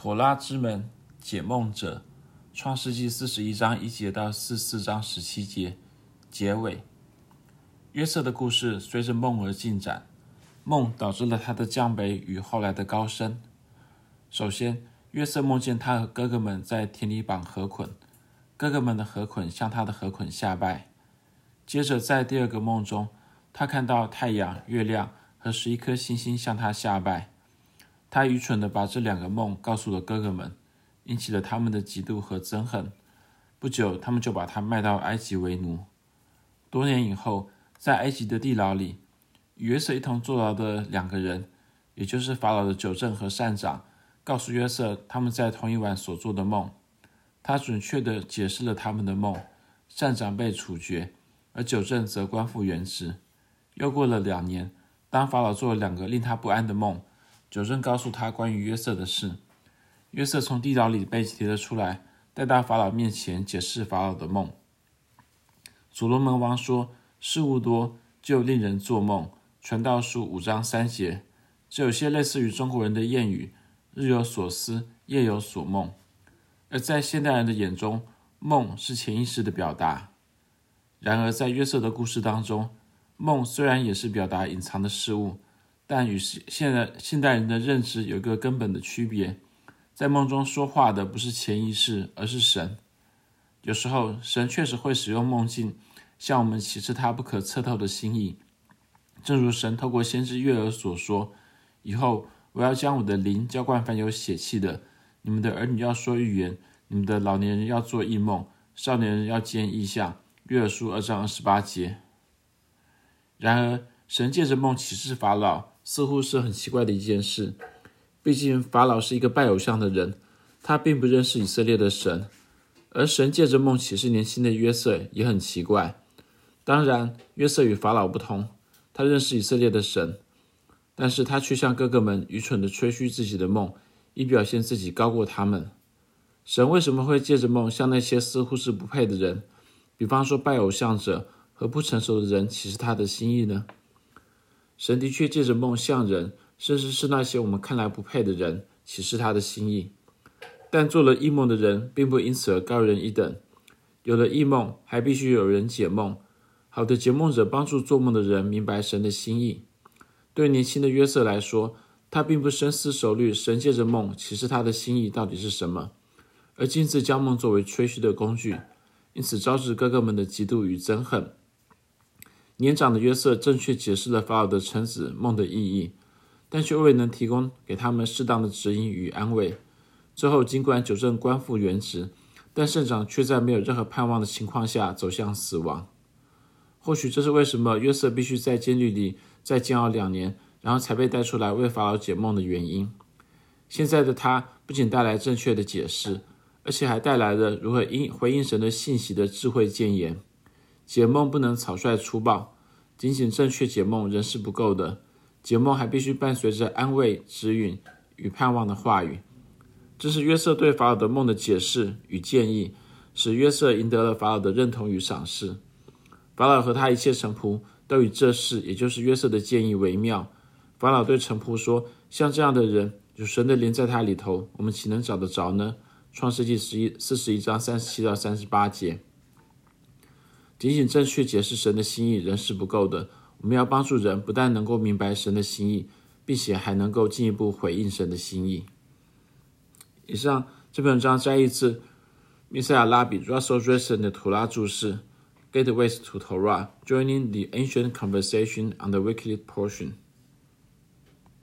妥拉之门解梦者，创世纪41章1节到44章17节。结尾，约瑟的故事随着梦而进展，梦导致了他的降卑与后来的高升。首先，约瑟梦见他和哥哥们在田里绑河捆，哥哥们的河捆向他的河捆下拜。接着在第二个梦中，他看到太阳、月亮和11颗星星向他下拜。他愚蠢地把这两个梦告诉了哥哥们，引起了他们的嫉妒和憎恨。不久，他们就把他卖到埃及为奴。多年以后，在埃及的地牢里，与约瑟一同坐牢的两个人，也就是法老的酒政和膳长，告诉约瑟他们在同一晚所做的梦。他准确地解释了他们的梦，膳长被处决，而酒政则官复原职。又过了2年，当法老做了2个令他不安的梦，酒政告诉他关于约瑟的事。约瑟从地牢里被提了出来，带到法老面前解释法老的梦。所罗门王说，事物多就令人做梦，传道书5章3节。这有些类似于中国人的谚语，日有所思，夜有所梦。而在现代人的眼中，梦是潜意识的表达。然而在约瑟的故事当中，梦虽然也是表达隐藏的事物，但与现代人的认知有一个根本的区别。在梦中说话的不是潜意识，而是神。有时候神确实会使用梦境向我们启示他不可测透的心意，正如神透过先知约珥所说，以后我要将我的灵浇灌凡有血气的，你们的儿女要说预言，你们的老年人要做异梦，少年人要见异象。约珥书2章28节。然而神借着梦启示法老，似乎是很奇怪的一件事。毕竟法老是一个拜偶像的人，他并不认识以色列的神，而神借着梦启示年轻的约瑟也很奇怪。当然，约瑟与法老不同，他认识以色列的神，但是他却向哥哥们愚蠢地吹嘘自己的梦，以表现自己高过他们。神为什么会借着梦向那些似乎是不配的人，比方说拜偶像者和不成熟的人启示他的心意呢？神的确借着梦向人，甚至是那些我们看来不配的人启示他的心意，但做了异梦的人并不因此而高人一等。有了异梦，还必须有人解梦。好的解梦者帮助做梦的人明白神的心意。对年轻的约瑟来说，他并不深思熟虑神借着梦启示他的心意到底是什么，而径自将梦作为吹嘘的工具，因此招致哥哥们的嫉妒与憎恨。年长的约瑟正确解释了法老的臣子梦的意义，但却未能提供给他们适当的指引与安慰。最后尽管酒政官复原职，但圣长却在没有任何盼望的情况下走向死亡。或许这是为什么约瑟必须在监狱里再煎熬2年，然后才被带出来为法老解梦的原因。现在的他不仅带来正确的解释，而且还带来了如何回应神的信息的智慧谏言。解梦不能草率粗暴，仅仅正确解梦仍是不够的，解梦还必须伴随着安慰、指引与盼望的话语。这是约瑟对法老的梦的解释与建议，使约瑟赢得了法老的认同与赏识。法老和他一切臣仆都以这事，也就是约瑟的建议为妙。法老对臣仆说，像这样的人，有神的灵在他里头，我们岂能找得着呢？创世纪41章37到38节。仅仅正确解释神的心意仍是不够的，我们要帮助人不但能够明白神的心意，并且还能够进一步回应神的心意。以上这篇文章摘译自密塞亚拉比 Russell Dresden 的图拉注释 Gateways to Torah, Joining the Ancient Conversation on the Weekly Portion